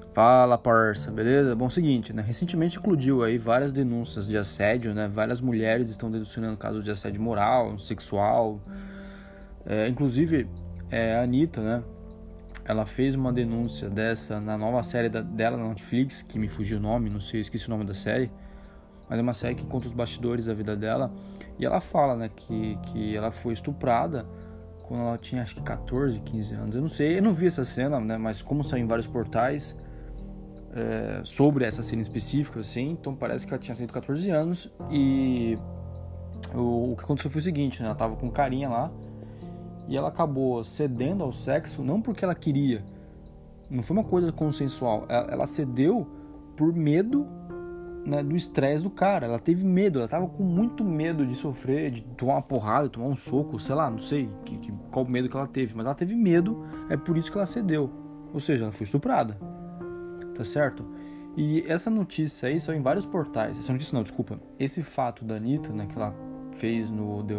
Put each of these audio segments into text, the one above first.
Fala, parça, beleza? Bom, seguinte, né? Recentemente eclodiu aí várias denúncias de assédio, né? Várias mulheres estão denunciando casos de assédio moral, sexual. Inclusive, a Anitta, né? Ela fez uma denúncia dessa na nova série dela na Netflix, que me fugiu o nome, não sei, esqueci o nome da série. Mas é uma série que conta os bastidores da vida dela. E ela fala, né, que ela foi estuprada quando ela tinha, acho que 14, 15 anos. Eu não sei, eu não vi essa cena, né? Mas como saiu em vários portais sobre essa cena específica, assim, então parece que ela tinha 14 anos. E o que aconteceu foi o seguinte, né? Ela tava com um carinha lá e ela acabou cedendo ao sexo, não porque ela queria, não foi uma coisa consensual, ela cedeu por medo, né, do estresse do cara. Ela teve medo, ela tava com muito medo de sofrer, de tomar uma porrada, de tomar um soco, sei lá, não sei qual medo que ela teve, mas ela teve medo, é por isso que ela cedeu, ou seja, ela foi estuprada, tá certo? E essa notícia aí saiu em vários portais, esse fato da Anitta, né, que ela fez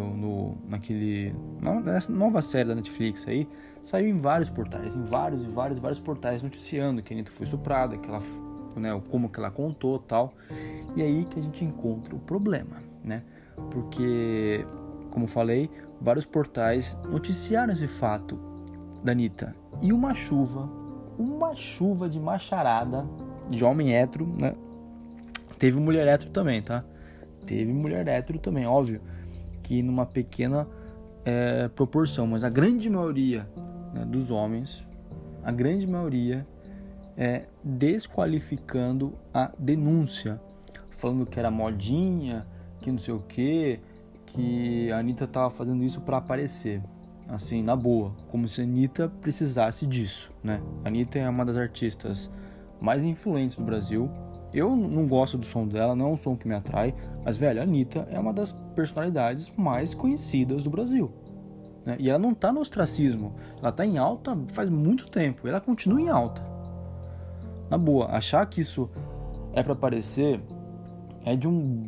nessa nova série da Netflix aí, saiu em vários portais, em vários portais noticiando que a Anitta foi estuprada, que ela, né, como que ela contou, tal. E aí que a gente encontra o problema, né? Porque, como falei, vários portais noticiaram esse fato da Anitta. E uma chuva de macharada de homem hétero, né? Teve mulher hétero também, tá? Teve mulher hétero também, óbvio, que numa pequena proporção, mas a grande maioria, né, dos homens, a grande maioria desqualificando a denúncia, falando que era modinha, que não sei o que a Anitta tava fazendo isso para aparecer, assim, na boa, como se a Anitta precisasse disso, né? A Anitta é uma das artistas mais influentes do Brasil. Eu não gosto do som dela, não é um som que me atrai, mas, velho, a Anitta é uma das personalidades mais conhecidas do Brasil, né? E ela não tá no ostracismo, ela tá em alta faz muito tempo, e ela continua em alta. Na boa, achar que isso é pra aparecer é de um...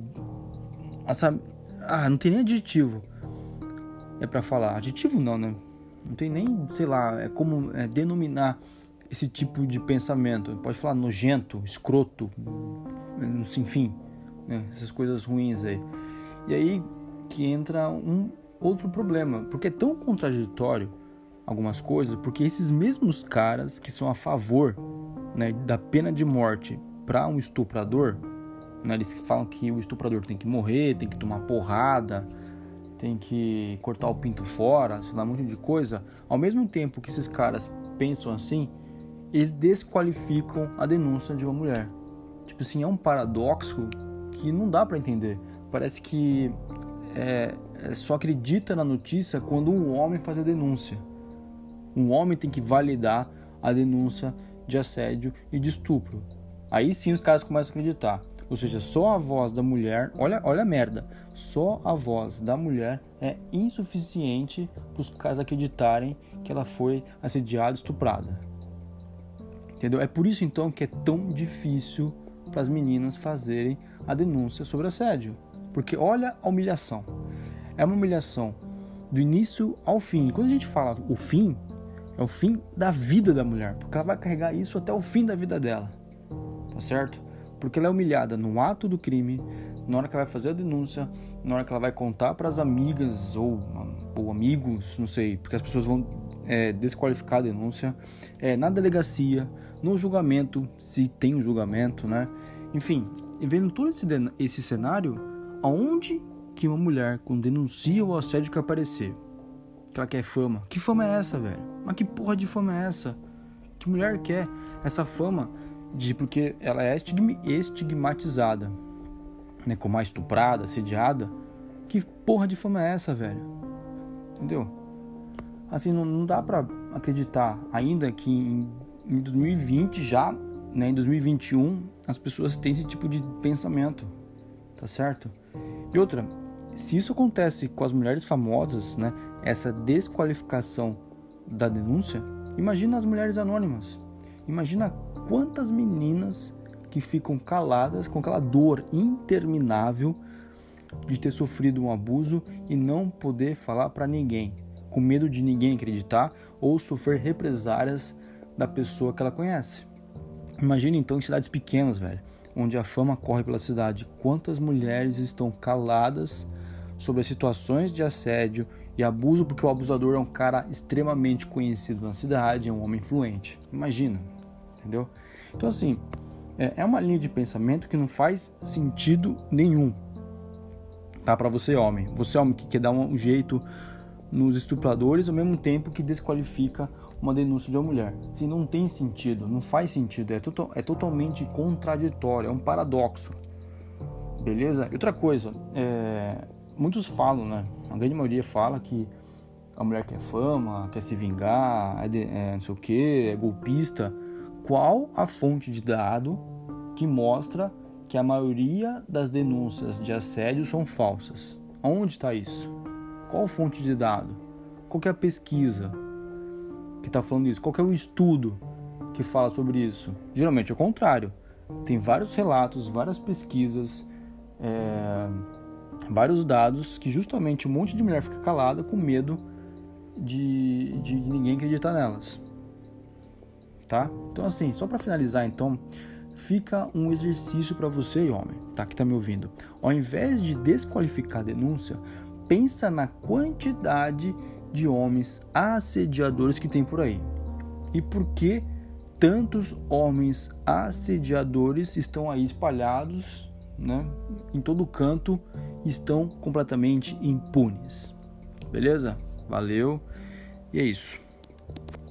não tem nem adjetivo. É pra falar. Adjetivo não, né? Não tem nem, sei lá, é como denominar esse tipo de pensamento. Pode falar nojento, escroto, enfim, né? Essas coisas ruins aí. E aí que entra um outro problema, porque é tão contraditório algumas coisas, porque esses mesmos caras que são a favor, né, da pena de morte para um estuprador, né, eles falam que o estuprador tem que morrer, tem que tomar porrada, tem que cortar o pinto fora, sei lá, um monte de coisa. Ao mesmo tempo que esses caras pensam assim, eles desqualificam a denúncia de uma mulher. Tipo assim, é um paradoxo que não dá para entender. Parece que só acredita na notícia quando um homem faz a denúncia. Um homem tem que validar a denúncia de assédio e de estupro. Aí sim os caras começam a acreditar. Ou seja, só a voz da mulher, olha a merda, só a voz da mulher é insuficiente para os caras acreditarem que ela foi assediada, estuprada. Entendeu? É por isso então que é tão difícil para as meninas fazerem a denúncia sobre assédio. Porque olha a humilhação. É uma humilhação do início ao fim. E quando a gente fala o fim, é o fim da vida da mulher, porque ela vai carregar isso até o fim da vida dela, tá certo? Porque ela é humilhada no ato do crime, na hora que ela vai fazer a denúncia, na hora que ela vai contar para as amigas ou amigos, não sei, porque as pessoas vão desqualificar a denúncia, na delegacia, no julgamento, se tem um julgamento, né? Enfim, e vendo todo esse cenário, aonde que uma mulher, quando denuncia o assédio que aparecer, que ela quer fama. Que fama é essa, velho? Mas que porra de fama é essa? Que mulher quer essa fama porque ela é estigmatizada, né? Como a estuprada, assediada. Que porra de fama é essa, velho? Entendeu? Assim, não dá pra acreditar ainda que em 2020 já, né, em 2021, as pessoas têm esse tipo de pensamento, tá certo? E outra, se isso acontece com as mulheres famosas, né, essa desqualificação da denúncia, imagina as mulheres anônimas. Imagina quantas meninas que ficam caladas com aquela dor interminável de ter sofrido um abuso e não poder falar para ninguém, com medo de ninguém acreditar ou sofrer represálias da pessoa que ela conhece. Imagina então em cidades pequenas, velho, onde a fama corre pela cidade, quantas mulheres estão caladas sobre as situações de assédio e abuso, porque o abusador é um cara extremamente conhecido na cidade, é um homem influente. Imagina, entendeu? Então assim, é uma linha de pensamento que não faz sentido nenhum, tá? Para você homem que quer dar um jeito nos estupradores ao mesmo tempo que desqualifica uma denúncia de uma mulher. Assim, não tem sentido, não faz sentido, é totalmente contraditório, é um paradoxo, beleza? E outra coisa, muitos falam, né? A grande maioria fala que a mulher quer fama, quer se vingar, não sei o que, é golpista. Qual a fonte de dado que mostra que a maioria das denúncias de assédio são falsas? Onde está isso? Qual a fonte de dado? Qual que é a pesquisa que está falando isso? Qual que é o estudo que fala sobre isso? Geralmente é o contrário. Tem vários relatos, várias pesquisas, vários dados que justamente um monte de mulher fica calada com medo de ninguém acreditar nelas, tá? Então assim, só para finalizar então, fica um exercício para você, homem, tá, que tá me ouvindo. Ao invés de desqualificar a denúncia, pensa na quantidade de homens assediadores que tem por aí. E por que tantos homens assediadores estão aí espalhados, né, em todo canto, estão completamente impunes. Beleza? Valeu. E é isso.